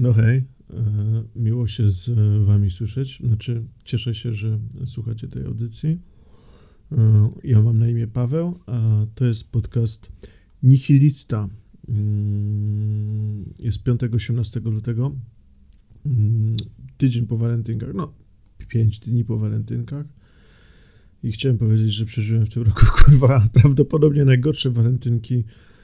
No hej, miło się z wami słyszeć. Znaczy, cieszę się, że słuchacie tej audycji. Ja mam na imię Paweł, a to jest podcast Nihilista. Jest 5-18 lutego, tydzień po walentynkach, 5 dni po walentynkach. I chciałem powiedzieć, że przeżyłem w tym roku, prawdopodobnie najgorsze walentynki,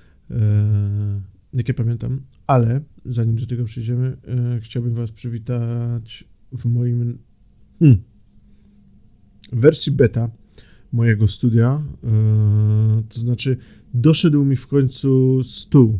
jakie pamiętam, ale zanim do tego przejdziemy, chciałbym was przywitać w moim wersji beta mojego studia, to znaczy doszedł mi w końcu stół,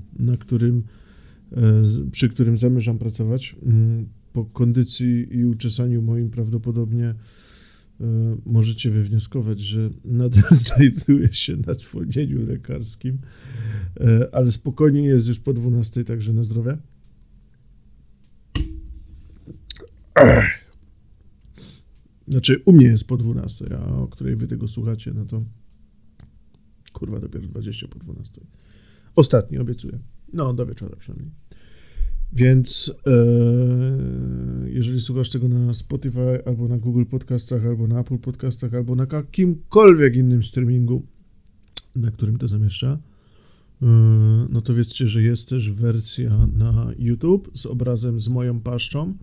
przy którym zamierzam pracować. Po kondycji i uczesaniu moim prawdopodobnie możecie wywnioskować, że nadal znajduję się na zwolnieniu lekarskim, ale spokojnie, jest już po 12, także na zdrowie. Znaczy, u mnie jest po 12, a o której wy tego słuchacie, no to dopiero 20 po 12. Ostatni, obiecuję. No, do wieczora przynajmniej. Więc jeżeli słuchasz tego na Spotify, albo na Google Podcastach, albo na Apple Podcastach, albo na jakimkolwiek innym streamingu, na którym to zamieszcza, no to wiedzcie, że jest też wersja na YouTube z obrazem z moją paszczą.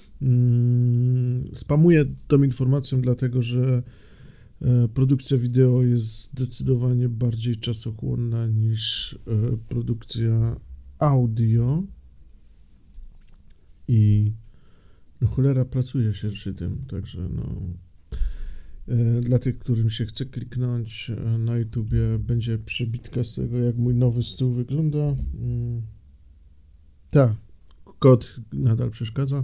Spamuję tą informacją, dlatego że produkcja wideo jest zdecydowanie bardziej czasochłonna niż produkcja audio i cholera pracuje się przy tym, także dla tych, którym się chce kliknąć na YouTubie, będzie przebitka z tego, jak mój nowy stół wygląda. Tak, kot nadal przeszkadza.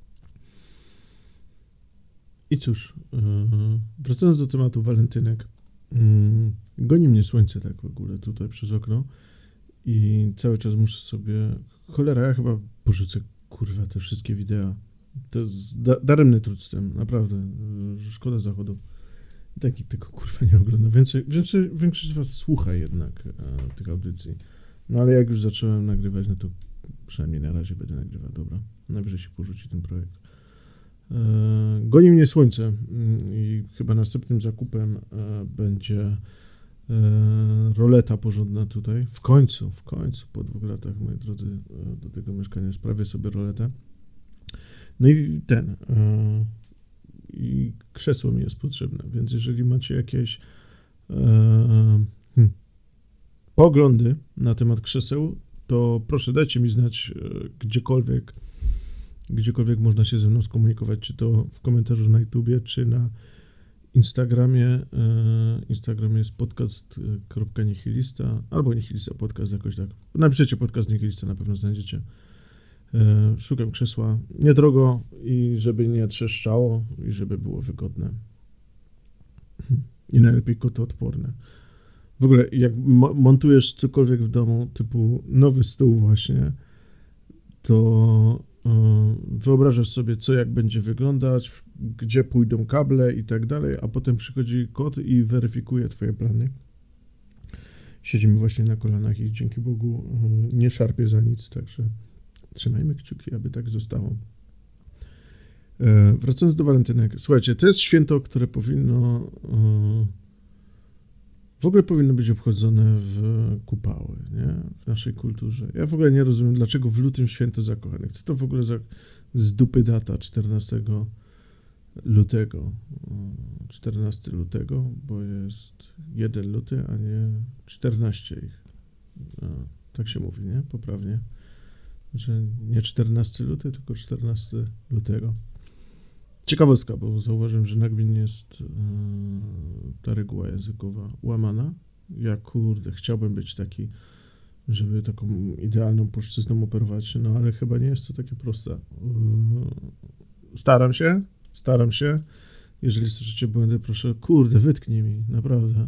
I cóż, wracając do tematu walentynek, goni mnie słońce tak w ogóle tutaj przez okno i cały czas muszę sobie, ja chyba porzucę te wszystkie wideo. To jest daremny trud z tym, naprawdę, szkoda zachodu. I tak nikt tego nie ogląda. Większość z was słucha jednak tych audycji. No ale jak już zacząłem nagrywać, no to przynajmniej na razie będę nagrywał, dobra. Najwyżej się porzuci ten projekt. Goni mnie słońce i chyba następnym zakupem będzie roleta porządna tutaj. W końcu, po 2 latach, moi drodzy, do tego mieszkania sprawię sobie roletę. No i i krzesło mi jest potrzebne, więc jeżeli macie jakieś poglądy na temat krzeseł, to proszę dajcie mi znać gdziekolwiek można się ze mną skomunikować, czy to w komentarzu na YouTubie, czy na Instagramie. Instagram jest podcast.nihilista albo nihilista podcast, jakoś tak. Napiszecie podcast nihilista, na pewno znajdziecie. Szukam krzesła niedrogo i żeby nie trzeszczało i żeby było wygodne. I najlepiej kotoodporne. W ogóle jak montujesz cokolwiek w domu, typu nowy stół właśnie, to wyobrażasz sobie, co jak będzie wyglądać, gdzie pójdą kable i tak dalej, a potem przychodzi kot i weryfikuje twoje plany. Siedzimy właśnie na kolanach i dzięki Bogu nie szarpie za nic, także trzymajmy kciuki, aby tak zostało. Wracając do walentynek. Słuchajcie, to jest święto, które powinno być obchodzone w kupały, nie? W naszej kulturze. Ja w ogóle nie rozumiem, dlaczego w lutym święto zakochanych. Co to w ogóle z dupy data 14 lutego? 14 lutego, bo jest 1 luty, a nie 14 ich. Tak się mówi, nie? Poprawnie. Że nie 14 luty, tylko 14 lutego. Ciekawostka, bo zauważyłem, że nagminnie jest ta reguła językowa łamana. Ja chciałbym być taki, żeby taką idealną polszczyzną operować, no ale chyba nie jest to takie proste. Staram się. Jeżeli słyszycie błędy, proszę, wytknij mi, naprawdę.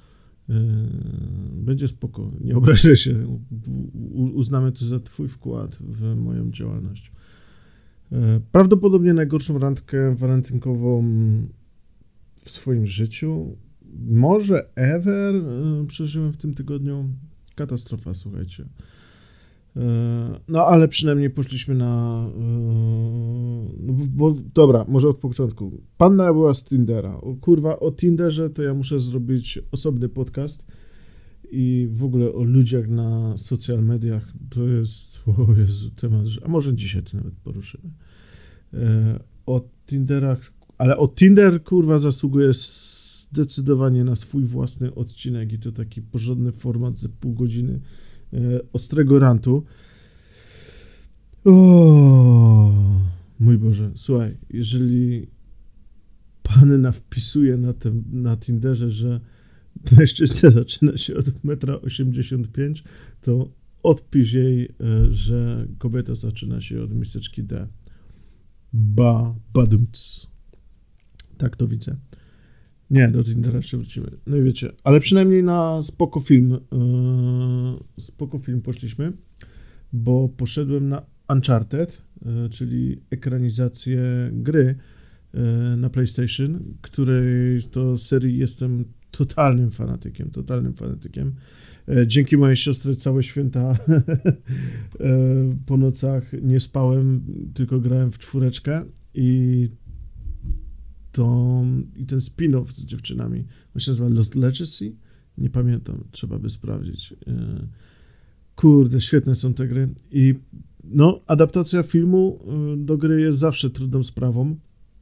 Będzie spoko, nie obrażę się. Uznamy to za twój wkład w moją działalność. Prawdopodobnie najgorszą randkę walentynkową w swoim życiu, może ever, przeżyłem w tym tygodniu. Katastrofa, słuchajcie. No ale przynajmniej poszliśmy na... dobra, może od początku. Panna była z Tindera. Kurwa, o Tinderze to ja muszę zrobić osobny podcast i w ogóle o ludziach na social mediach. To jest, o Jezu, temat, a może dzisiaj to nawet poruszymy. O Tinderach, ale o Tinder, kurwa, zasługuje zdecydowanie na swój własny odcinek i to taki porządny format ze pół godziny ostrego rantu. O mój Boże, słuchaj, jeżeli panna wpisuje na Tinderze, że mężczyzna zaczyna się od 1,85 m, to odpisz jej, że kobieta zaczyna się od miseczki D. Badumc. Tak to widzę. Nie, do Tindera jeszcze wrócimy. No i wiecie, ale przynajmniej na spoko film poszliśmy, bo poszedłem na Uncharted, czyli ekranizację gry na PlayStation, której to serii jestem totalnym fanatykiem. Dzięki mojej siostrze całe święta po nocach nie spałem, tylko grałem w 4 i ten spin-off z dziewczynami, on się nazywa Lost Legacy? Nie pamiętam, trzeba by sprawdzić. Kurde, świetne są te gry. I no, adaptacja filmu do gry jest zawsze trudną sprawą.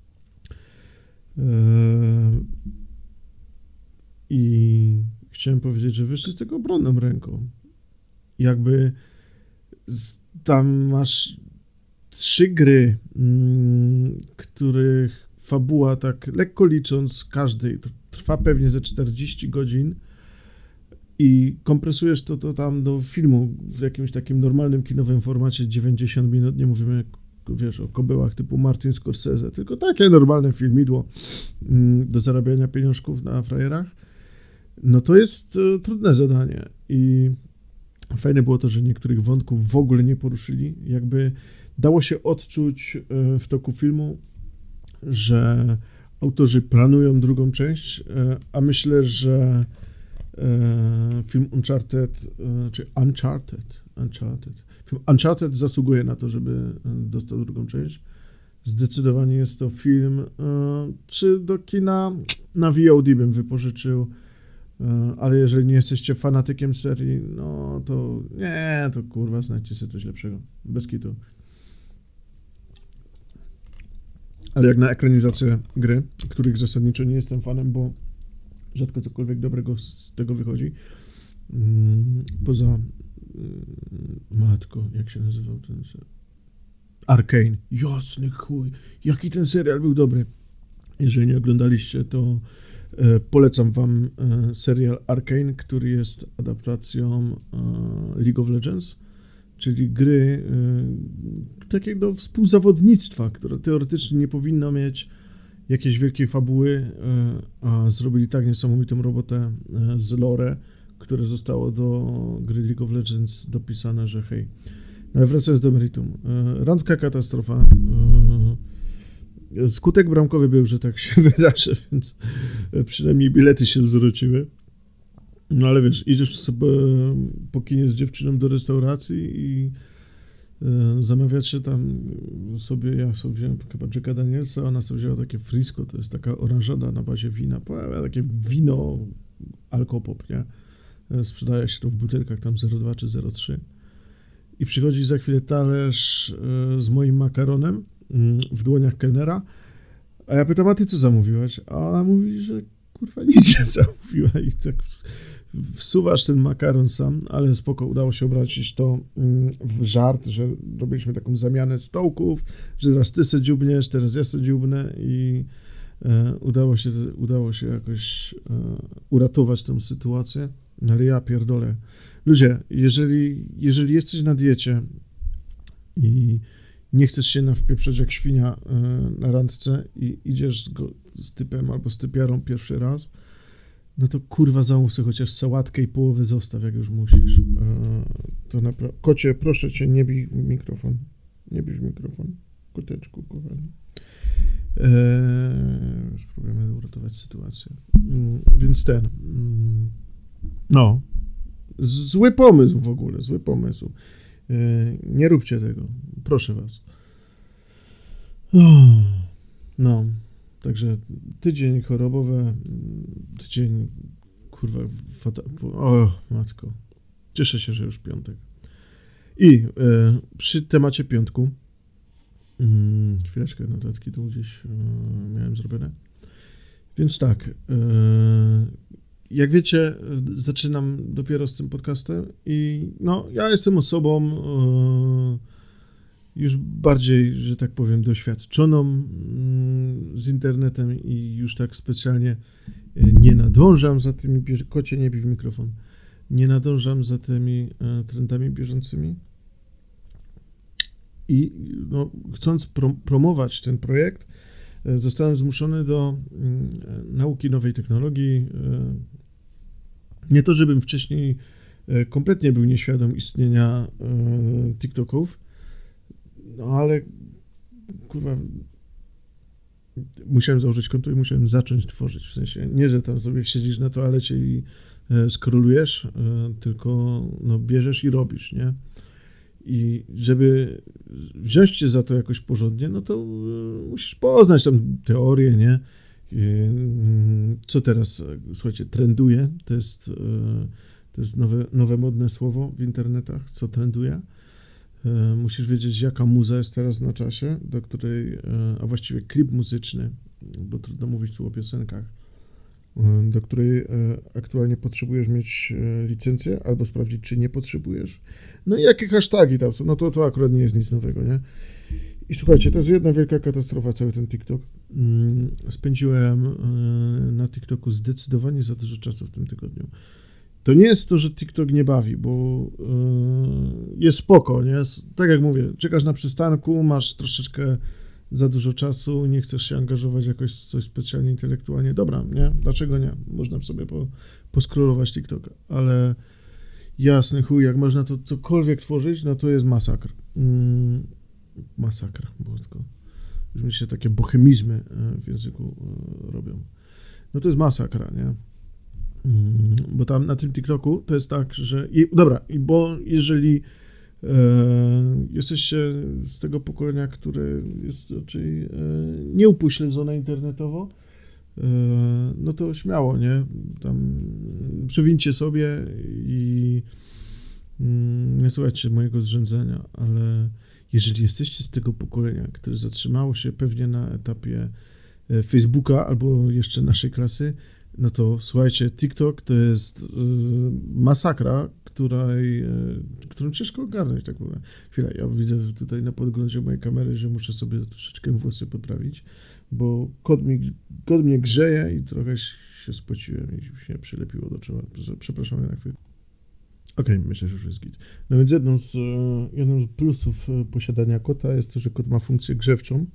I chciałem powiedzieć, że wyszli z tego obronną ręką. Jakby tam masz 3 gry, których fabuła, tak lekko licząc, każdej trwa pewnie ze 40 godzin i kompresujesz to tam do filmu w jakimś takim normalnym kinowym formacie 90 minut, nie mówimy, wiesz, o kobyłach typu Martin Scorsese, tylko takie normalne filmidło do zarabiania pieniążków na frajerach. No to jest trudne zadanie i fajne było to, że niektórych wątków w ogóle nie poruszyli. Jakby dało się odczuć w toku filmu, że autorzy planują drugą część, a myślę, że film film Uncharted zasługuje na to, żeby dostał drugą część. Zdecydowanie jest to film, czy do kina na VOD bym wypożyczył, ale jeżeli nie jesteście fanatykiem serii, no to nie, to kurwa, znajdźcie sobie coś lepszego. Bez kitu. Ale jak na ekranizację gry, których zasadniczo nie jestem fanem, bo rzadko cokolwiek dobrego z tego wychodzi. Poza matko, jak się nazywał ten serial? Arcane. Jasny chuj, jaki ten serial był dobry. Jeżeli nie oglądaliście, to polecam wam serial Arcane, który jest adaptacją League of Legends, czyli gry takiego współzawodnictwa, które teoretycznie nie powinno mieć jakiejś wielkiej fabuły, a zrobili tak niesamowitą robotę z lore, które zostało do gry League of Legends dopisane, że hej. Ale wracając do meritum. Randka katastrofa. Skutek bramkowy był, że tak się wyrażę, więc przynajmniej bilety się zwróciły. No ale wiesz, idziesz sobie po kinie z dziewczyną do restauracji i zamawiacie tam sobie, ja sobie wziąłem chyba Jacka Danielsa, ona sobie wzięła takie Frisco, to jest taka oranżada na bazie wina, takie wino alkopop, nie? Sprzedaje się to w butelkach tam 0,2 czy 0,3 i przychodzi za chwilę talerz z moim makaronem w dłoniach kelnera, a ja pytam, a ty co zamówiłaś? A ona mówi, że kurwa nic nie zamówiła i tak wsuwasz ten makaron sam, ale spoko, udało się obrazić to w żart, że robiliśmy taką zamianę stołków, że teraz ty se dziubniesz, teraz ja se dziubnę i udało się jakoś uratować tę sytuację, ale ja pierdolę. Ludzie, jeżeli jesteś na diecie i nie chcesz się nawpieprzać jak świnia na randce i idziesz z typem albo z typiarą pierwszy raz, no to kurwa zamów sobie chociaż sałatkę i połowę zostaw, jak już musisz. To naprawdę... Kocie, proszę cię, nie bij w mikrofon. Nie bij w mikrofon. Koteczku, kochany. Spróbujemy uratować sytuację. Więc no. Zły pomysł w ogóle, zły pomysł. Nie róbcie tego, proszę was. No, także tydzień chorobowy, tydzień, kurwa, o matko, cieszę się, że już piątek. I przy temacie piątku, chwileczkę, notatki tu gdzieś miałem zrobione. Więc tak, jak wiecie, zaczynam dopiero z tym podcastem i no, ja jestem osobą już bardziej, że tak powiem, doświadczoną z internetem i już tak specjalnie nie nadążam za tymi, kocie nie bij w mikrofon, nie nadążam za tymi trendami bieżącymi i no, chcąc promować ten projekt, zostałem zmuszony do nauki nowej technologii. Nie to, żebym wcześniej kompletnie był nieświadom istnienia TikToków, no ale kurwa, musiałem założyć konto i musiałem zacząć tworzyć. W sensie nie, że tam sobie siedzisz na toalecie i scrollujesz, tylko no, bierzesz i robisz, nie? I żeby wziąć cię za to jakoś porządnie, no to musisz poznać tam teorię, nie? Co teraz, słuchajcie, trenduje, to jest nowe modne słowo w internetach, co trenduje. Musisz wiedzieć, jaka muza jest teraz na czasie, do której, a właściwie klip muzyczny, bo trudno mówić tu o piosenkach, do której aktualnie potrzebujesz mieć licencję, albo sprawdzić, czy nie potrzebujesz. No i jakie hasztagi tam są, no to akurat nie jest nic nowego, nie? I słuchajcie, to jest jedna wielka katastrofa, cały ten TikTok. Spędziłem na TikToku zdecydowanie za dużo czasu w tym tygodniu. To nie jest to, że TikTok nie bawi, bo jest spoko, nie? Tak jak mówię, czekasz na przystanku, masz troszeczkę za dużo czasu, nie chcesz się angażować jakoś w coś specjalnie intelektualnie. Dobra, nie? Dlaczego nie? Można sobie poskrolować TikToka, ale jasny chuj, jak można to cokolwiek tworzyć, no to jest masakr. Masakra, bo tylko już mi się takie bohemizmy w języku robią. No to jest masakra, nie? Bo tam na tym TikToku to jest tak, że... bo jeżeli jesteście z tego pokolenia, które jest raczej nieupośledzone internetowo, no to śmiało, nie? Tam przewincie sobie i nie słuchajcie mojego zrzędzenia, ale jeżeli jesteście z tego pokolenia, które zatrzymało się pewnie na etapie Facebooka albo jeszcze naszej klasy, no to słuchajcie, TikTok to jest masakra, którą ciężko ogarnąć. Tak powiem. Chwila, ja widzę tutaj na podglądzie mojej kamery, że muszę sobie troszeczkę włosy poprawić, bo kot mnie grzeje i trochę się spociłem i się przylepiło do czoła. Przepraszam na chwilę. Okej, myślę, że już jest git. No więc jednym z plusów posiadania kota jest to, że kot ma funkcję grzewczą.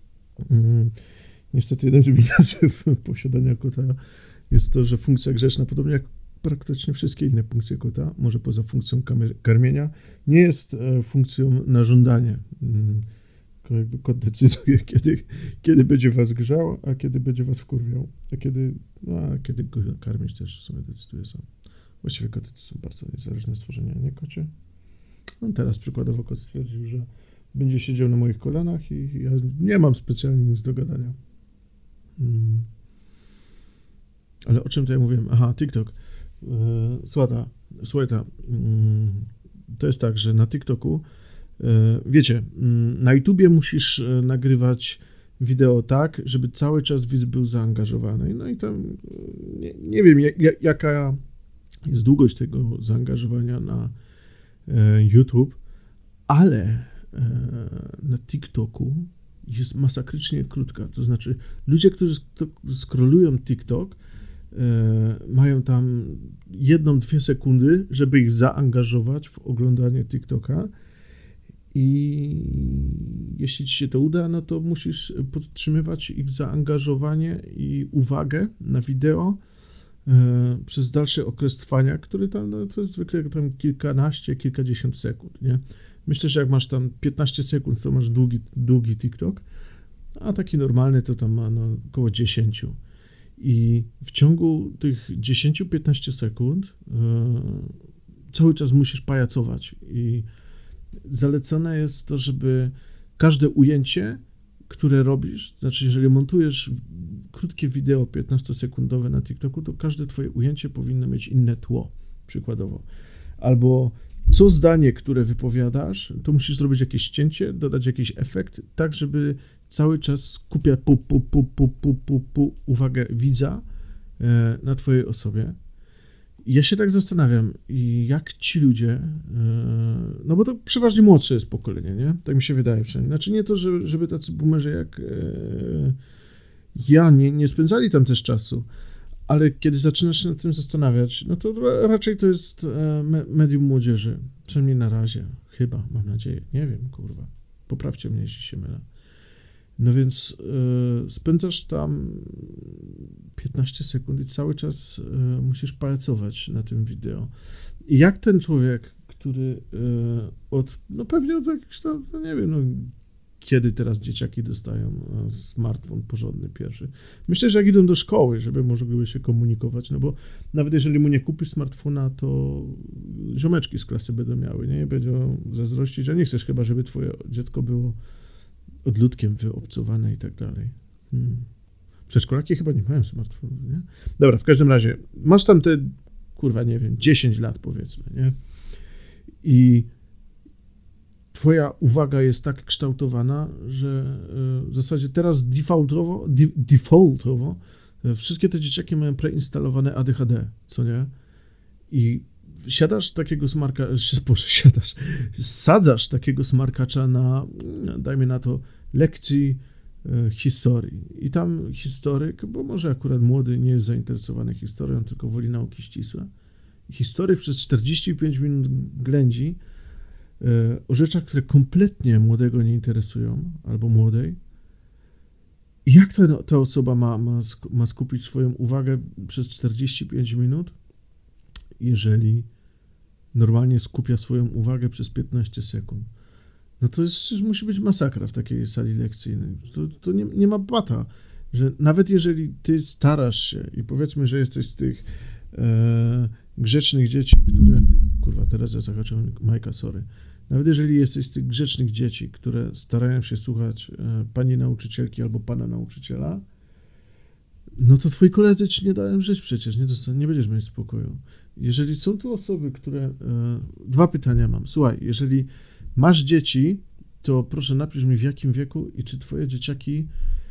Niestety jeden z minusów posiadania kota jest to, że funkcja grzeczna, podobnie jak praktycznie wszystkie inne funkcje kota, może poza funkcją karmienia, nie jest funkcją na żądanie. Jakby kot decyduje, kiedy będzie was grzał, a kiedy będzie was wkurwiał. A kiedy go karmić też w sumie decyduje sam. Właściwie koty to są bardzo niezależne stworzenia, nie kocie? No teraz przykładowo kot stwierdził, że będzie siedział na moich kolanach i ja nie mam specjalnie nic do gadania. Ale o czym to ja mówiłem? Aha, TikTok. Słuchaj, to jest tak, że na TikToku, wiecie, na YouTubie musisz nagrywać wideo tak, żeby cały czas widz był zaangażowany. No i tam nie wiem, jaka jest długość tego zaangażowania na YouTube, ale na TikToku jest masakrycznie krótka. To znaczy, ludzie, którzy scrollują TikTok, mają tam 1-2 sekundy, żeby ich zaangażować w oglądanie TikToka i jeśli ci się to uda, no to musisz podtrzymywać ich zaangażowanie i uwagę na wideo przez dalszy okres trwania, który tam, no to jest zwykle tam kilkanaście, kilkadziesiąt sekund, nie? Myślę, że jak masz tam 15 sekund, to masz długi TikTok, a taki normalny to tam ma no, około 10. I w ciągu tych 10-15 sekund cały czas musisz pajacować i zalecone jest to, żeby każde ujęcie, które robisz, znaczy jeżeli montujesz krótkie wideo 15-sekundowe na TikToku, to każde twoje ujęcie powinno mieć inne tło, przykładowo. Albo co zdanie, które wypowiadasz, to musisz zrobić jakieś cięcie, dodać jakiś efekt, tak żeby cały czas skupia uwagę widza na twojej osobie. Ja się tak zastanawiam, jak ci ludzie, no bo to przeważnie młodsze jest pokolenie, nie? Tak mi się wydaje przynajmniej. Znaczy nie to, żeby tacy boomerzy jak ja nie spędzali tam też czasu, ale kiedy zaczynasz się nad tym zastanawiać, no to raczej to jest medium młodzieży, przynajmniej na razie, chyba, mam nadzieję, nie wiem, kurwa, poprawcie mnie, jeśli się mylę. No więc spędzasz tam 15 sekund i cały czas musisz pajacować na tym wideo. I jak ten człowiek, który no pewnie od jakichś tam, no nie wiem, no kiedy teraz dzieciaki dostają smartfon porządny pierwszy. Myślę, że jak idą do szkoły, żeby mogły się komunikować, no bo nawet jeżeli mu nie kupisz smartfona, to ziomeczki z klasy będą miały, nie? Będą zazdrościć, a nie chcesz chyba, żeby twoje dziecko było odludkiem wyobcowane i tak dalej. Przedszkolaki chyba nie mają smartfonu, nie? Dobra, w każdym razie, masz tam te, kurwa, nie wiem, 10 lat powiedzmy, nie? I twoja uwaga jest tak kształtowana, że w zasadzie teraz defaultowo wszystkie te dzieciaki mają preinstalowane ADHD, co nie? I sadzasz takiego smarkacza na, dajmy na to, lekcji historii. I tam historyk, bo może akurat młody nie jest zainteresowany historią, tylko woli nauki ścisłe. Historyk przez 45 minut ględzi o rzeczach, które kompletnie młodego nie interesują, albo młodej. I jak ta osoba ma skupić swoją uwagę przez 45 minut, jeżeli normalnie skupia swoją uwagę przez 15 sekund? No to musi być masakra w takiej sali lekcyjnej. To nie ma bata, że nawet jeżeli ty starasz się i powiedzmy, że jesteś z tych grzecznych dzieci, które... Kurwa, teraz ja zahaczyłem Majka, sorry. Nawet jeżeli jesteś z tych grzecznych dzieci, które starają się słuchać pani nauczycielki albo pana nauczyciela, no to twoi koledzy ci nie dają żyć przecież, nie będziesz mieć spokoju. Jeżeli są tu osoby, które... Dwa pytania mam. Słuchaj, jeżeli masz dzieci, to proszę napisz mi, w jakim wieku i czy twoje dzieciaki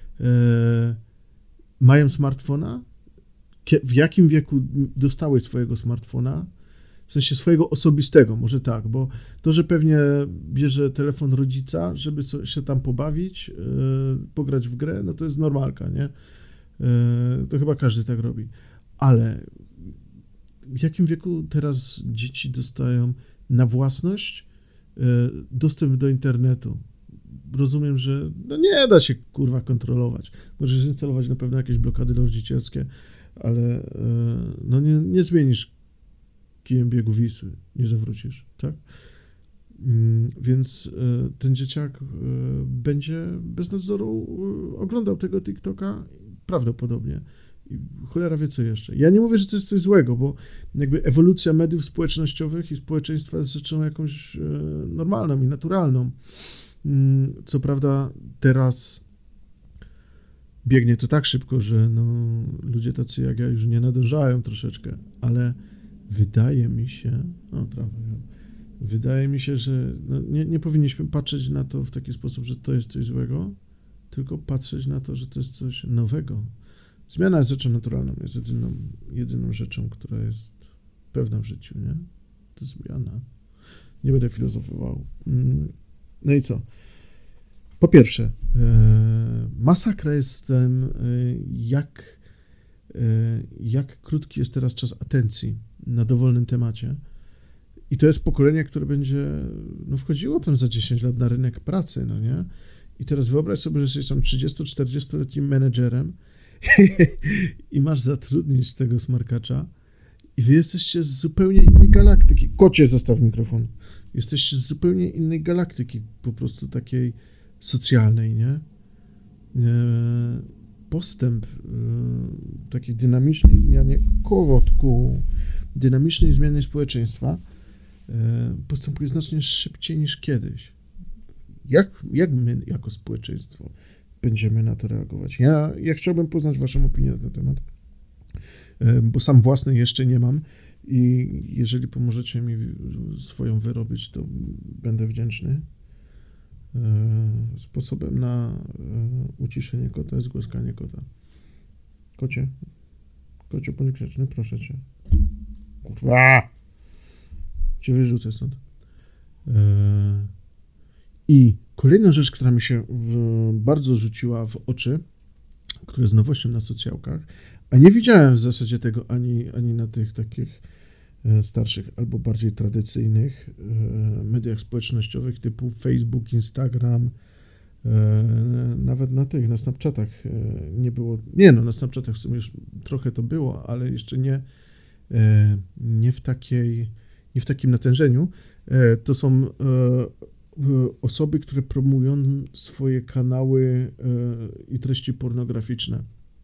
mają smartfona? W jakim wieku dostały swojego smartfona? W sensie swojego osobistego, może tak, bo to, że pewnie bierze telefon rodzica, żeby się tam pobawić, pograć w grę, no to jest normalka, nie? To chyba każdy tak robi. Ale w jakim wieku teraz dzieci dostają na własność dostęp do internetu? Rozumiem, że no nie da się, kurwa, kontrolować. Możesz instalować na pewno jakieś blokady rodzicielskie, ale no nie zmienisz kijem biegu Wisły, nie zawrócisz, tak? Więc ten dzieciak będzie bez nadzoru oglądał tego TikToka prawdopodobnie. I cholera wie co jeszcze. Ja nie mówię, że to jest coś złego, bo jakby ewolucja mediów społecznościowych i społeczeństwa jest rzeczą jakąś normalną i naturalną. Co prawda teraz biegnie to tak szybko, że no, ludzie tacy jak ja już nie nadążają troszeczkę, ale wydaje mi się, że no, nie powinniśmy patrzeć na to w taki sposób, że to jest coś złego, tylko patrzeć na to, że to jest coś nowego. Zmiana jest rzeczą naturalną, jest jedyną rzeczą, która jest pewna w życiu, nie? To jest zmiana. Nie będę filozofował. No i co? Po pierwsze, masakra jest z tym, jak krótki jest teraz czas atencji na dowolnym temacie. I to jest pokolenie, które będzie wchodziło tam za 10 lat na rynek pracy, no nie? I teraz wyobraź sobie, że jesteś tam 30-40-letnim menedżerem i masz zatrudnić tego smarkacza i wy jesteście z zupełnie innej galaktyki. Kocie, zostaw mikrofon. Jesteście z zupełnie innej galaktyki, po prostu takiej socjalnej, nie? Postęp takiej dynamicznej zmianie dynamicznej zmianie społeczeństwa postępuje znacznie szybciej niż kiedyś. Jak my jako społeczeństwo będziemy na to reagować? Ja chciałbym poznać waszą opinię na ten temat, bo sam własnej jeszcze nie mam i jeżeli pomożecie mi swoją wyrobić, to będę wdzięczny. Sposobem na uciszenie kota jest głaskanie kota. Kocie, bądź grzeczny, proszę cię. Kurwa! Cię wyrzucę stąd. I kolejna rzecz, która mi się bardzo rzuciła w oczy, która jest nowością na socjalkach, a nie widziałem w zasadzie tego ani na tych takich starszych albo bardziej tradycyjnych mediach społecznościowych typu Facebook, Instagram, nawet na Snapchatach nie było, na Snapchatach w sumie już trochę to było, ale jeszcze nie w takim natężeniu. To są osoby, które promują swoje kanały i treści pornograficzne.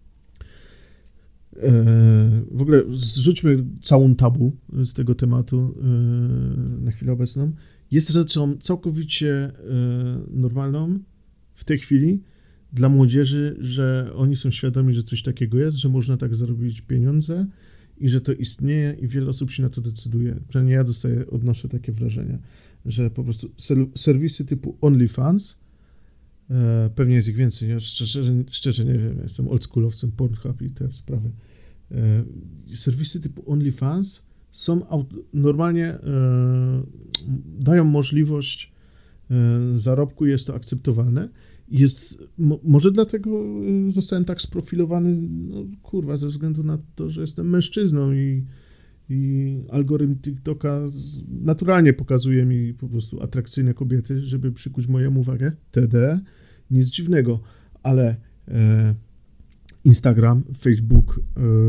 W ogóle zrzućmy całą tabu z tego tematu na chwilę obecną. Jest rzeczą całkowicie normalną w tej chwili dla młodzieży, że oni są świadomi, że coś takiego jest, że można tak zarobić pieniądze i że to istnieje i wiele osób się na to decyduje. Przynajmniej ja odnoszę takie wrażenie, że po prostu serwisy typu OnlyFans, pewnie jest ich więcej, ja szczerze nie wiem, ja jestem oldschoolowcem, Pornhub i te sprawy. Serwisy typu OnlyFans są normalnie, dają możliwość zarobku, jest to akceptowalne. Może dlatego zostałem tak sprofilowany, ze względu na to, że jestem mężczyzną i algorytm TikToka naturalnie pokazuje mi po prostu atrakcyjne kobiety, żeby przykuć moją uwagę. TD, nic dziwnego, ale Instagram, Facebook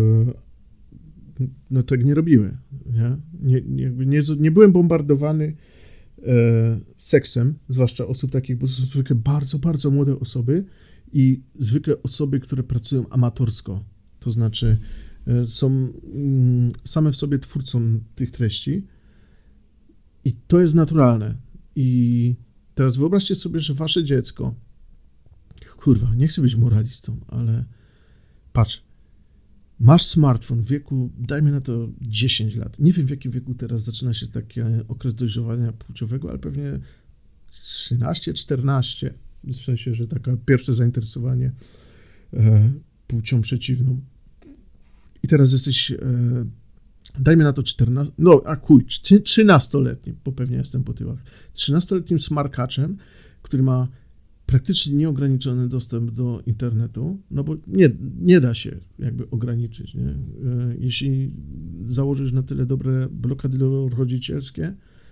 tak nie robiły. Nie byłem bombardowany seksem, zwłaszcza osób takich, bo są zwykle bardzo, bardzo młode osoby i zwykle osoby, które pracują amatorsko, to znaczy są same w sobie twórcą tych treści i to jest naturalne. I teraz wyobraźcie sobie, że wasze dziecko, nie chcę być moralistą, ale patrz, masz smartfon w wieku, dajmy na to 10 lat. Nie wiem, w jakim wieku teraz zaczyna się taki okres dojrzewania płciowego, ale pewnie 13, 14, w sensie, że takie pierwsze zainteresowanie płcią przeciwną. I teraz jesteś, dajmy na to 13-letnim, bo pewnie jestem po tyłach, 13-letnim smarkaczem, który ma praktycznie nieograniczony dostęp do internetu, bo nie da się jakby ograniczyć, nie? Jeśli założysz na tyle dobre blokady rodzicielskie,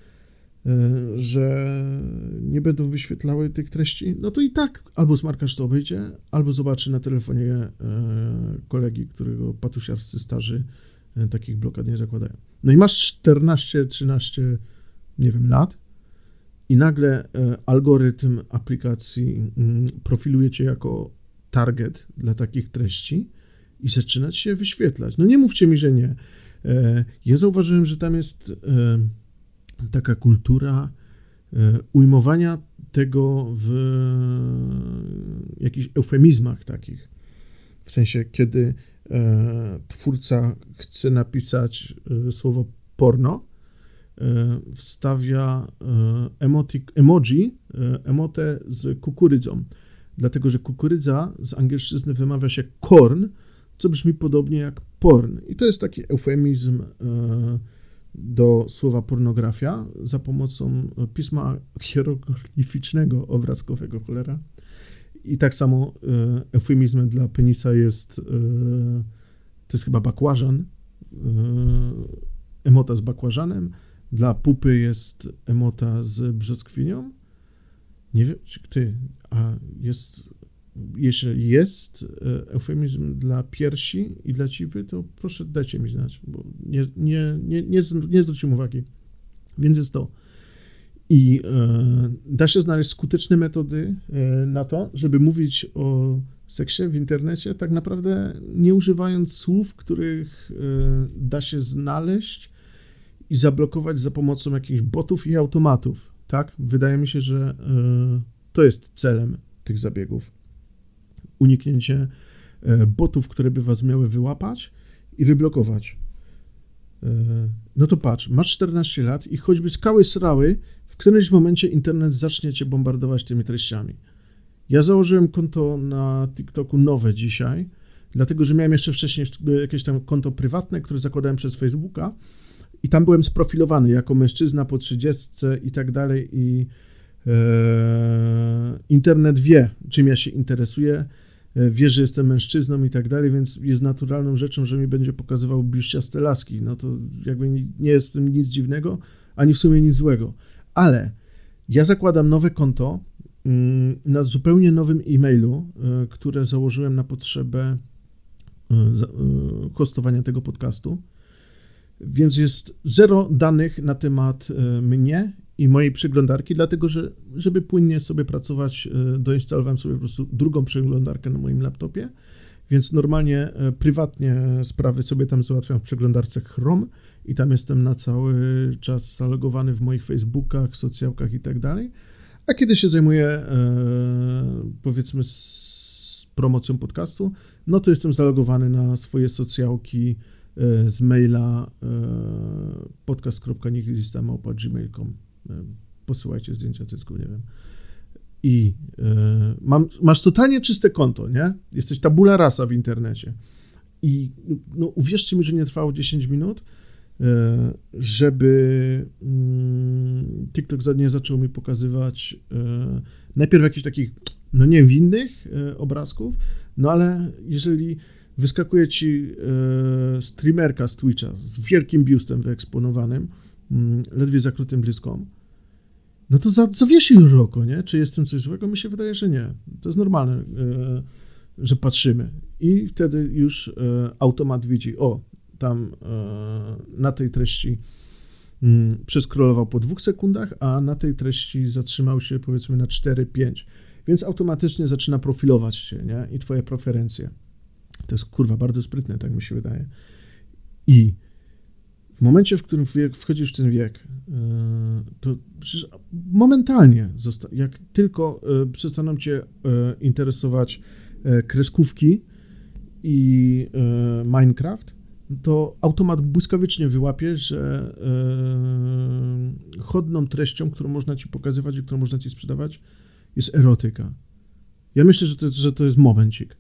że nie będą wyświetlały tych treści, to i tak albo smarkacz to obejdzie, albo zobaczy na telefonie kolegi, którego patusiarscy starzy takich blokad nie zakładają. I masz 14, 13, nie wiem, lat, i nagle algorytm aplikacji profiluje cię jako target dla takich treści i zaczyna ci się wyświetlać. Nie mówcie mi, że nie. Ja zauważyłem, że tam jest taka kultura ujmowania tego w jakichś eufemizmach takich. W sensie, kiedy twórca chce napisać słowo porno, wstawia emotę z kukurydzą, dlatego że kukurydza z angielszczyzny wymawia się corn, co brzmi podobnie jak porn. I to jest taki eufemizm do słowa pornografia za pomocą pisma hieroglificznego, obrazkowego, cholera. I tak samo eufemizmem dla penisa jest, to jest chyba bakłażan, emota z bakłażanem. Dla pupy jest emota z brzoskwinią. Nie wiem, jeśli jest eufemizm dla piersi i dla cipy, to proszę dajcie mi znać, bo nie zwróciłem uwagi. Więc jest to. I da się znaleźć skuteczne metody na to, żeby mówić o seksie w internecie, tak naprawdę nie używając słów, których da się znaleźć i zablokować za pomocą jakichś botów i automatów, tak? Wydaje mi się, że to jest celem tych zabiegów. Uniknięcie botów, które by was miały wyłapać i wyblokować. No to patrz, masz 14 lat i choćby skały srały, w którymś momencie internet zacznie cię bombardować tymi treściami. Ja założyłem konto na TikToku nowe dzisiaj, dlatego, że miałem jeszcze wcześniej jakieś tam konto prywatne, które zakładałem przez Facebooka i tam byłem sprofilowany jako mężczyzna po 30 i tak dalej i internet wie, czym ja się interesuję, wie, że jestem mężczyzną i tak dalej, więc jest naturalną rzeczą, że mi będzie pokazywał biuściaste laski. No to jakby nie jest w tym nic dziwnego, ani w sumie nic złego. Ale ja zakładam nowe konto na zupełnie nowym e-mailu, które założyłem na potrzebę hostowania tego podcastu, więc jest zero danych na temat mnie i mojej przeglądarki, dlatego, że żeby płynnie sobie pracować, doinstalowałem sobie po prostu drugą przeglądarkę na moim laptopie, więc normalnie, prywatnie sprawy sobie tam załatwiam w przeglądarce Chrome i tam jestem na cały czas zalogowany w moich Facebookach, socjalkach i tak dalej, a kiedy się zajmuję, powiedzmy, z promocją podcastu, no to jestem zalogowany na swoje socjalki z maila podcast.niklista@gmail.com. Posyłajcie zdjęcia cysku, nie wiem. I masz totalnie czyste konto, nie? Jesteś tabula rasa w internecie. I no, uwierzcie mi, że nie trwało 10 minut, żeby TikTok nie zaczął mi pokazywać najpierw jakichś takich, no niewinnych obrazków, no ale jeżeli wyskakuje ci streamerka z Twitcha z wielkim biustem wyeksponowanym, ledwie zakrytym blizką, no to zawiesi już oko, nie? Czy jest w tym coś złego? Mi się wydaje, że nie. To jest normalne, że patrzymy. I wtedy już automat widzi, tam na tej treści przeskrolował po 2 sekundach, a na tej treści zatrzymał się powiedzmy na 4-5. Więc automatycznie zaczyna profilować się, nie? I twoje preferencje. To jest, kurwa, bardzo sprytne, tak mi się wydaje. I w momencie, w którym wchodzisz w ten wiek, to przecież momentalnie, jak tylko przestaną cię interesować kreskówki i Minecraft, to automat błyskawicznie wyłapie, że chodną treścią, którą można ci pokazywać i którą można ci sprzedawać, jest erotyka. Ja myślę, że to jest momencik.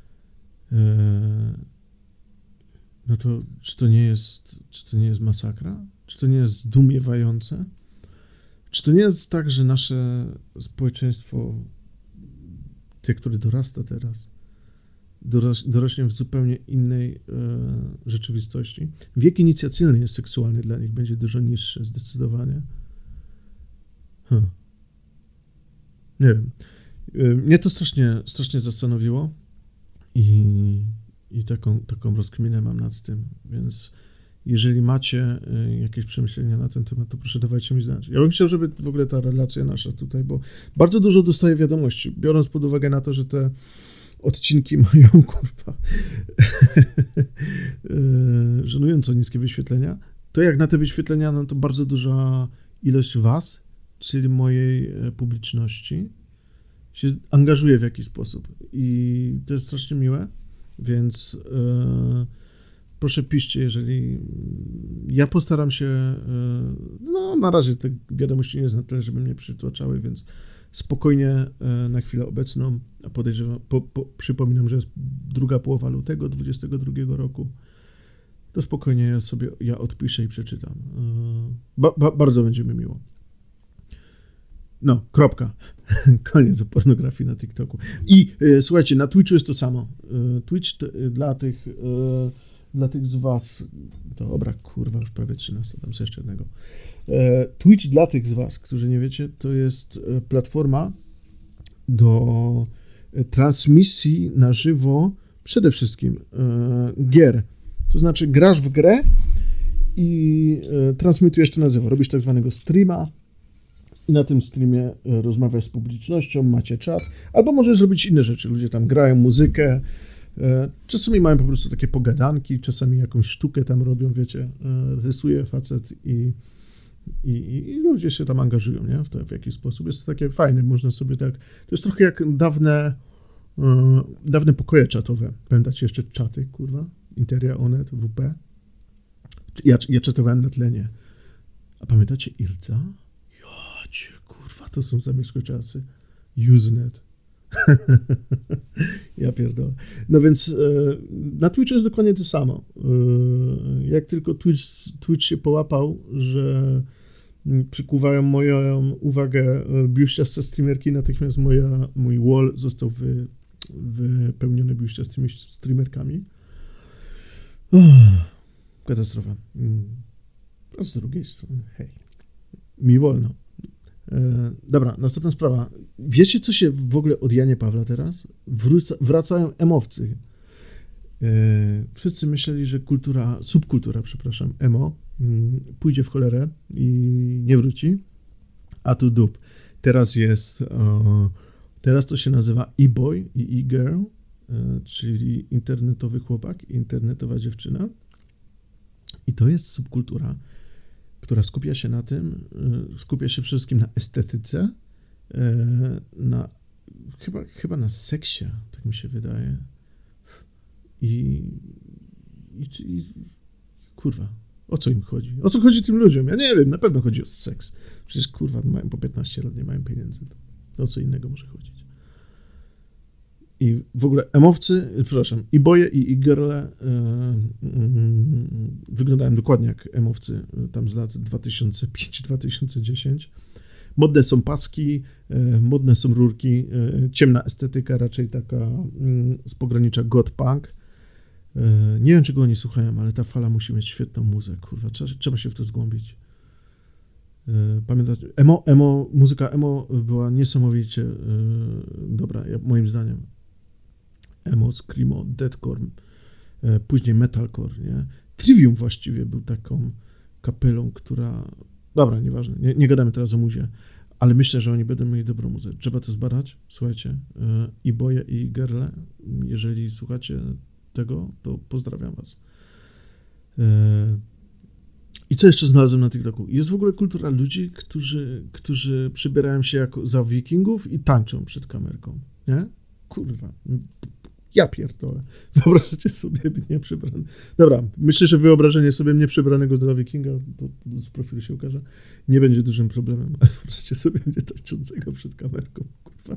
No to czy to nie jest masakra? Czy to nie jest zdumiewające? Czy to nie jest tak, że nasze społeczeństwo, te, które dorasta teraz, dorośnie w zupełnie innej rzeczywistości? Wiek inicjacyjny jest seksualny dla nich, będzie dużo niższy, zdecydowanie. Nie wiem. Mnie to strasznie zastanowiło i taką rozkminę mam nad tym, więc jeżeli macie jakieś przemyślenia na ten temat, to proszę dawajcie mi znać. Ja bym chciał, żeby w ogóle ta relacja nasza tutaj, bo bardzo dużo dostaję wiadomości, biorąc pod uwagę na to, że te odcinki mają, kurwa, żenująco niskie wyświetlenia, to jak na te wyświetlenia, no to bardzo duża ilość was, czyli mojej publiczności, się angażuje w jakiś sposób i to jest strasznie miłe, więc proszę piszcie, jeżeli ja postaram się, no na razie te wiadomości nie jest na tyle, żeby mnie przytłaczały, więc spokojnie na chwilę obecną, a podejrzewam, przypominam, że jest druga połowa lutego 2022 roku, to spokojnie ja odpiszę i przeczytam. Bardzo będzie mi miło. No, kropka. Koniec o pornografii na TikToku. I słuchajcie, na Twitchu jest to samo. Twitch dla tych z was, to dobra, kurwa, już prawie 13, tam jeszcze jednego. Twitch dla tych z was, którzy nie wiecie, to jest platforma do transmisji na żywo przede wszystkim gier. To znaczy grasz w grę i transmitujesz to na żywo. Robisz tak zwanego streama i na tym streamie rozmawiasz z publicznością, macie czat, albo możesz robić inne rzeczy. Ludzie tam grają muzykę, Czasami mają po prostu takie pogadanki, czasami jakąś sztukę tam robią, wiecie, rysuje facet i ludzie się tam angażują, nie? W jakiś sposób. Jest to takie fajne, można sobie tak... To jest trochę jak dawne pokoje czatowe. Pamiętacie jeszcze czaty, kurwa? Interia, Onet, WP? Ja czatowałem na tlenie. A pamiętacie Irca? Jocie, kurwa, to są zamieszkłe czasy. Usenet. Ja pierdolę. No więc na Twitchu jest dokładnie to samo. Jak tylko Twitch się połapał, że przykuwają moją uwagę biuściaste streamerki, natychmiast mój wall został wypełniony biuściastymi streamerkami. Katastrofa. A z drugiej strony, hej, mi wolno. Dobra, następna sprawa. Wiecie, co się w ogóle od Janie Pawła teraz? Wracają emowcy. Wszyscy myśleli, że subkultura, emo, pójdzie w cholerę i nie wróci. A tu dup. Teraz to się nazywa e-boy i e-girl, czyli internetowy chłopak i internetowa dziewczyna. I to jest subkultura, która skupia się na tym, skupia się przede wszystkim na estetyce, chyba na seksie, tak mi się wydaje. I kurwa, o co im chodzi? O co chodzi tym ludziom? Ja nie wiem, na pewno chodzi o seks. Przecież kurwa, mają po 15 lat, nie mają pieniędzy. To o co innego może chodzić? I w ogóle i boje i girle wyglądają dokładnie jak emowcy tam z lat 2005-2010. Modne są paski, modne są rurki, ciemna estetyka, raczej taka z pogranicza goth punk. Nie wiem, czego oni słuchają, ale ta fala musi mieć świetną muzę, kurwa, trzeba się w to zgłębić. Pamiętacie, muzyka emo była niesamowicie dobra, moim zdaniem. Emo, screamo, deathcore, później metalcore, nie? Trivium właściwie był taką kapelą, która... Dobra, nieważne, nie gadamy teraz o muzie, ale myślę, że oni będą mieli dobrą muzę. Trzeba to zbadać, słuchajcie, i boje, i girle, jeżeli słuchacie tego, to pozdrawiam was. I co jeszcze znalazłem na TikToku? Jest w ogóle kultura ludzi, którzy przybierają się za wikingów i tańczą przed kamerką, nie? Kurwa, ja pierdolę. Wyobrażacie sobie mnie przebrany. Dobra, myślę, że wyobrażenie sobie mnie przebranego za wikinga, to z profilu się ukaże, nie będzie dużym problemem. Ale wyobraźcie sobie mnie tańczącego przed kamerką, kurwa.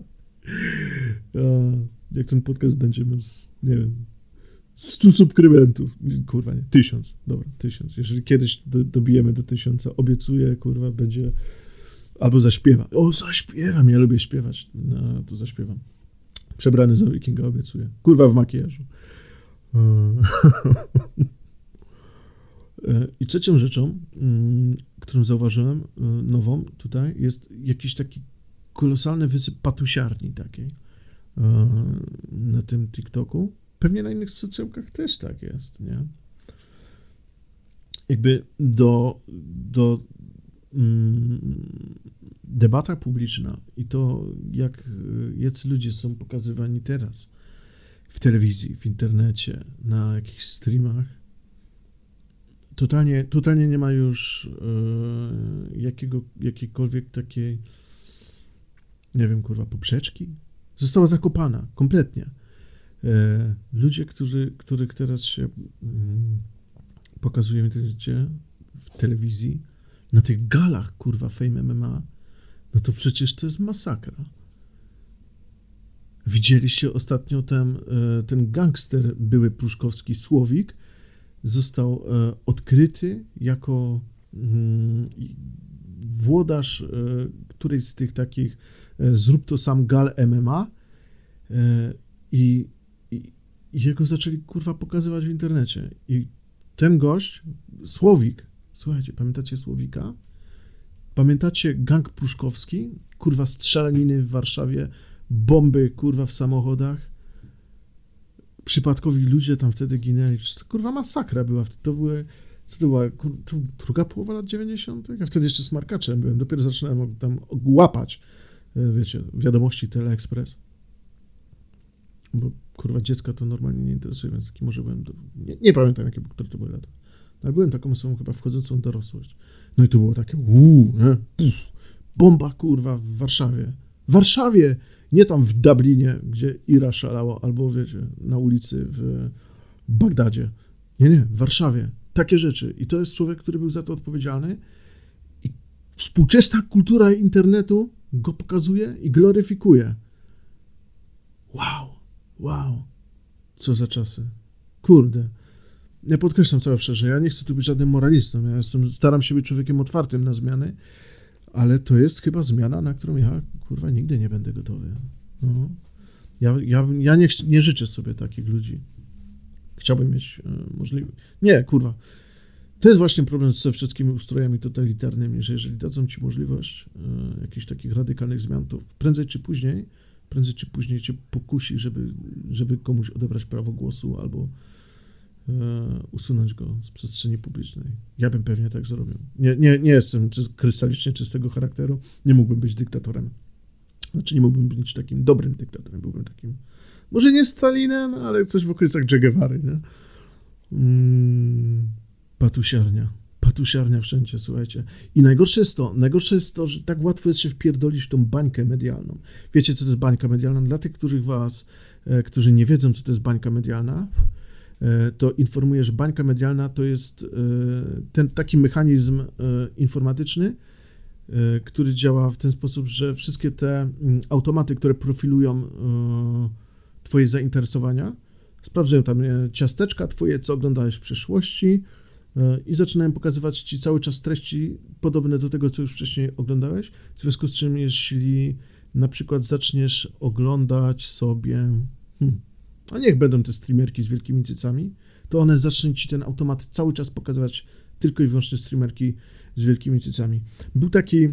Jak ten podcast będzie miał, nie wiem, 100 subskrybentów, kurwa nie, 1000, dobra, 1000. Jeżeli kiedyś dobijemy do 1000, obiecuję, kurwa, będzie, albo zaśpiewam. Zaśpiewam, ja lubię śpiewać, no, to zaśpiewam. Przebrany za wikinga, obiecuję. Kurwa w makijażu. I trzecią rzeczą, którą zauważyłem, nową tutaj, jest jakiś taki kolosalny wysyp patusiarni takiej na tym TikToku. Pewnie na innych socjałkach też tak jest, nie? Jakby debata publiczna i to, jacy ludzie są pokazywani teraz w telewizji, w internecie, na jakichś streamach, totalnie nie ma już jakiejkolwiek takiej, nie wiem, kurwa, poprzeczki. Została zakopana kompletnie. Ludzie, których teraz się pokazuje w internecie, w telewizji, na tych galach, kurwa, Fame MMA, no to przecież to jest masakra. Widzieliście ostatnio ten gangster, były pruszkowski Słowik, został odkryty jako włodarz którejś z tych takich zrób to sam gal MMA i jego zaczęli, kurwa, pokazywać w internecie. I ten gość, Słowik, słuchajcie, pamiętacie Słowika? Pamiętacie gang pruszkowski? Kurwa, strzelaniny w Warszawie, bomby, kurwa, w samochodach. Przypadkowi ludzie tam wtedy ginęli. Kurwa, masakra była. To była druga połowa lat 90. Ja wtedy jeszcze smarkaczem byłem. Dopiero zaczynałem tam łapać, wiecie, wiadomości Teleexpress. bo kurwa dziecka to normalnie nie interesuje, więc taki może byłem, nie pamiętam jakie, które to były lata, ale byłem taką osobą chyba wchodzącą w dorosłość. No i to było takie nie? Bomba kurwa w Warszawie, nie tam w Dublinie, gdzie Ira szalało, albo wiecie, na ulicy w Bagdadzie. Nie, w Warszawie. Takie rzeczy. I to jest człowiek, który był za to odpowiedzialny i współczesna kultura internetu go pokazuje i gloryfikuje. Wow. Co za czasy. Kurde. Ja podkreślam całe szczerze, ja nie chcę tu być żadnym moralistą. Staram się być człowiekiem otwartym na zmiany, ale to jest chyba zmiana, na którą ja, kurwa, nigdy nie będę gotowy. No. Ja nie życzę sobie takich ludzi. Chciałbym mieć możliwość. Nie, kurwa. To jest właśnie problem ze wszystkimi ustrojami totalitarnymi, że jeżeli dadzą ci możliwość jakichś takich radykalnych zmian, to prędzej czy później cię pokusi, żeby komuś odebrać prawo głosu albo usunąć go z przestrzeni publicznej. Ja bym pewnie tak zrobił. Nie jestem krystalicznie czystego charakteru, nie mógłbym być dyktatorem. Znaczy nie mógłbym być takim dobrym dyktatorem, byłbym takim, może nie Stalinem, ale coś w okolicach Che Guevary, nie? Patusiarnia wszędzie, słuchajcie. I najgorsze jest to, że tak łatwo jest się wpierdolić w tą bańkę medialną. Wiecie, co to jest bańka medialna? Dla tych, którzy nie wiedzą, co to jest bańka medialna, to informuję, że bańka medialna to jest ten taki mechanizm informatyczny, który działa w ten sposób, że wszystkie te automaty, które profilują twoje zainteresowania, sprawdzają tam ciasteczka twoje, co oglądałeś w przeszłości i zaczynają pokazywać ci cały czas treści podobne do tego, co już wcześniej oglądałeś, w związku z czym jeśli na przykład zaczniesz oglądać sobie, a niech będą te streamerki z wielkimi cycami, to one zaczną ci ten automat cały czas pokazywać tylko i wyłącznie streamerki z wielkimi cycami. Był taki...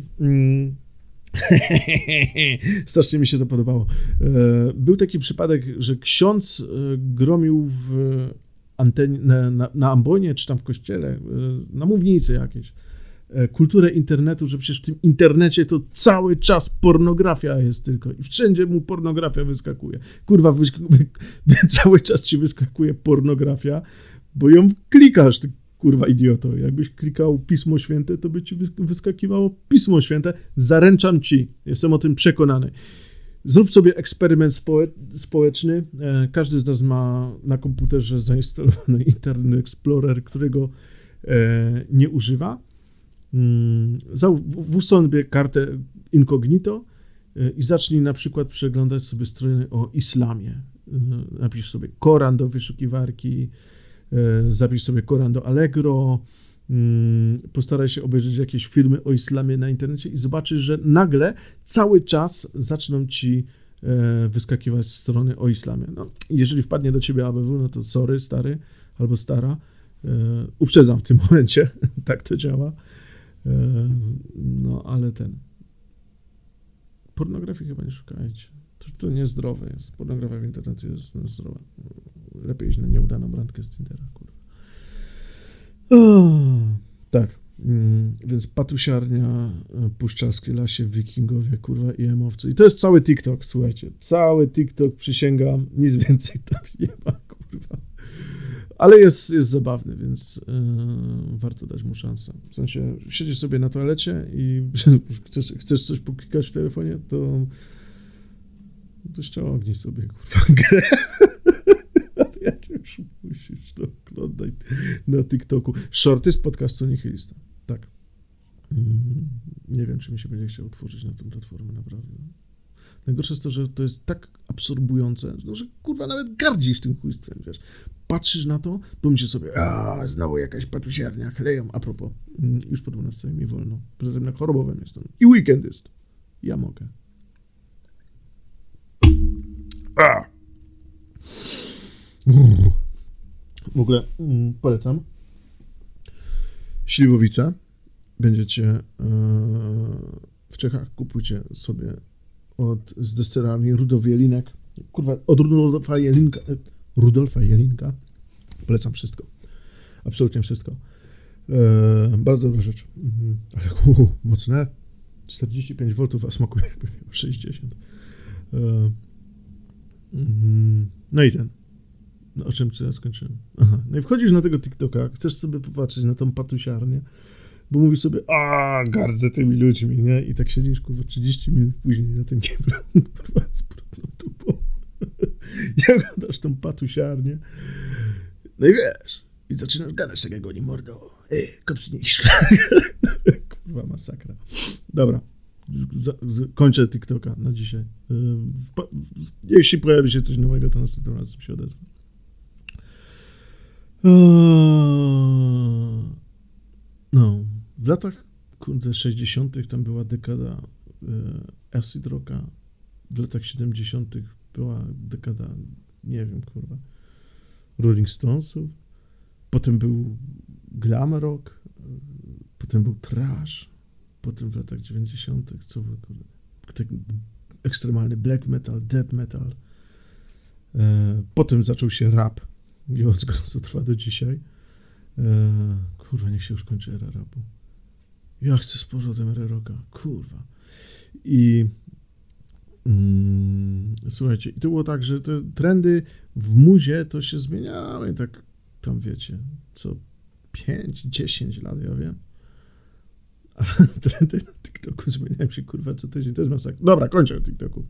Strasznie mi się to podobało. Był taki przypadek, że ksiądz gromił w antenie, na ambonie, czy tam w kościele, na mównicy jakiejś, kulturę internetu, że przecież w tym internecie to cały czas pornografia jest tylko i wszędzie mu pornografia wyskakuje. Kurwa, cały czas ci wyskakuje pornografia, bo ją klikasz, ty kurwa idioto. Jakbyś klikał Pismo Święte, to by ci wyskakiwało Pismo Święte. Zaręczam ci, jestem o tym przekonany. Zrób sobie eksperyment społeczny. Każdy z nas ma na komputerze zainstalowany Internet Explorer, którego nie używa. Włóż sobie kartę incognito i zacznij na przykład przeglądać sobie strony o islamie. Napisz sobie Koran do wyszukiwarki, zapisz sobie Koran do Allegro, postaraj się obejrzeć jakieś filmy o islamie na internecie i zobaczysz, że nagle cały czas zaczną ci wyskakiwać strony o islamie. No, jeżeli wpadnie do ciebie ABW, no to sorry, stary albo stara. Uprzedzam w tym momencie, tak to działa. No, ale pornografii chyba nie szukajcie. To niezdrowe jest. Pornografia w internecie jest niezdrowa. Lepiej iść na nieudaną randkę z Tindera, kurwa. Tak. Więc patusiarnia, puszczalskie lasie, wikingowie, kurwa i emowcy. I to jest cały TikTok, słuchajcie. Cały TikTok, przysięgam, nic więcej tam nie ma, kurwa. Ale jest zabawny, więc warto dać mu szansę. W sensie, siedzisz sobie na toalecie i chcesz coś poklikać w telefonie, to ściągnij sobie, kurwa, grę. Jak już musisz to oglądać na TikToku. Shorty z podcastu Nihilista. Tak. Nie wiem, czy mi się będzie chciał tworzyć na tę platformę, naprawdę. Najgorsze jest to, że to jest tak absorbujące, że kurwa nawet gardzisz tym chujstwem, wiesz. Patrzysz na to, pomyślisz sobie, znowu jakaś patusiarnia, chleją. A propos, już po 12 mi wolno. Poza tym na chorobowym jestem. I weekend jest. Ja mogę. W ogóle polecam. Śliwowice. Będziecie w Czechach, kupujcie sobie z destylarni Rudolf Jelinek. Kurwa, od Rudolfa Jelinka. Polecam wszystko. Absolutnie wszystko. Bardzo dobra rzecz. Ale mocne. 45 V, a smakuje jakby miał 60. No i o czym co ja skończyłem? Aha, no i wchodzisz na tego TikToka, chcesz sobie popatrzeć na tą patusiarnię, bo mówisz sobie, gardzę tymi ludźmi, nie? I tak siedzisz, kurwa, 30 minut później na tym kiblu, kurwa, z brudną tubą. I oglądasz tą patusiarnię. No i wiesz, i zaczynasz gadać tak jak oni, mordo. Kopsniejsz. Kurwa, masakra. Dobra, kończę TikToka na dzisiaj. Jeśli pojawi się coś nowego, to następnym razem się odezwę. No, w latach 60. tam była dekada acid rocka, w latach 70. była dekada, nie wiem, kurwa, Rolling Stonesów, potem był glam rock, potem był trash, potem w latach 90. co wy, kurwa, ekstremalny black metal, death metal, potem zaczął się rap i co trwa do dzisiaj. Kurwa, niech się już kończy era rapu. Ja chcę z powrotem erę rocka, kurwa. I słuchajcie, i to było tak, że te trendy w muzie to się zmieniały, tak tam wiecie, co 5-10 lat, ja wiem. A trendy na TikToku zmieniają się, kurwa, co tydzień. To jest masakra. Dobra, kończę o TikToku.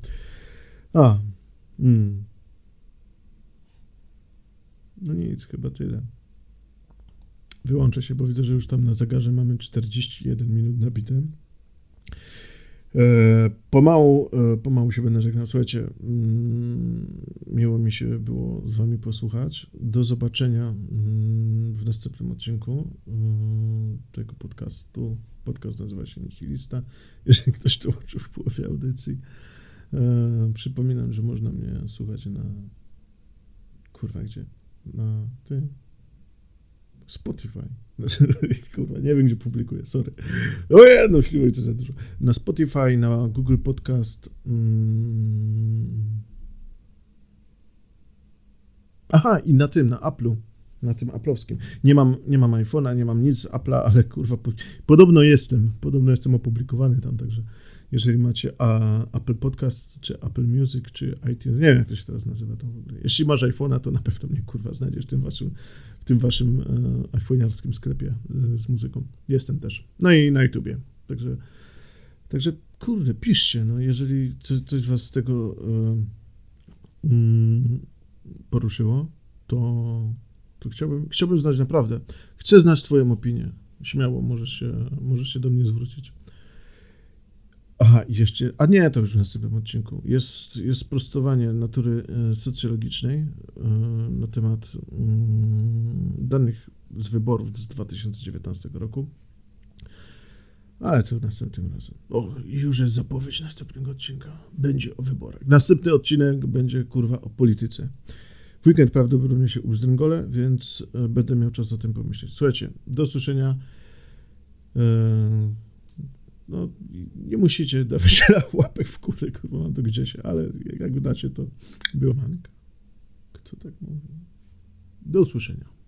No nic, chyba tyle. Wyłączę się, bo widzę, że już tam na zegarze mamy 41 minut nabite. Pomału się będę żegnał. Słuchajcie, miło mi się było z wami posłuchać. Do zobaczenia w następnym odcinku tego podcastu. Podcast nazywa się Nihilista. Jeżeli ktoś to łączył w połowie audycji. Przypominam, że można mnie słuchać na... Kurwa, gdzie? Na tym... Spotify. Kurwa, nie wiem, gdzie publikuję, sorry. O jedno, śliwaj, co za dużo. Na Spotify, na Google Podcast. Aha, i na Apple'u. Na tym Apple'owskim. Nie mam iPhone'a, nie mam nic z Apple'a, ale kurwa, podobno jestem opublikowany tam, także jeżeli macie Apple Podcast, czy Apple Music, czy iTunes, nie wiem, jak to się teraz nazywa tam w ogóle. Jeśli masz iPhone'a, to na pewno mnie, kurwa, znajdziesz w tym waszym iPhone'arskim sklepie z muzyką. Jestem też. No i na YouTubie. Także kurde, piszcie, no, jeżeli coś was z tego poruszyło, to chciałbym znać naprawdę. Chcę znać twoją opinię. Śmiało, możesz się do mnie zwrócić. Aha, i jeszcze, to już w następnym odcinku. Jest sprostowanie natury socjologicznej na temat danych z wyborów z 2019 roku. Ale to następnym razem. Już jest zapowiedź następnego odcinka. Będzie o wyborach. Następny odcinek będzie, kurwa, o polityce. W weekend prawdopodobnie się uzdręgolę, więc będę miał czas o tym pomyśleć. Słuchajcie, do usłyszenia. No, nie musicie dawać łapek w górę, kurwa, mam to gdzieś, ale jak dacie, to było manka. Kto tak mówi? Do usłyszenia.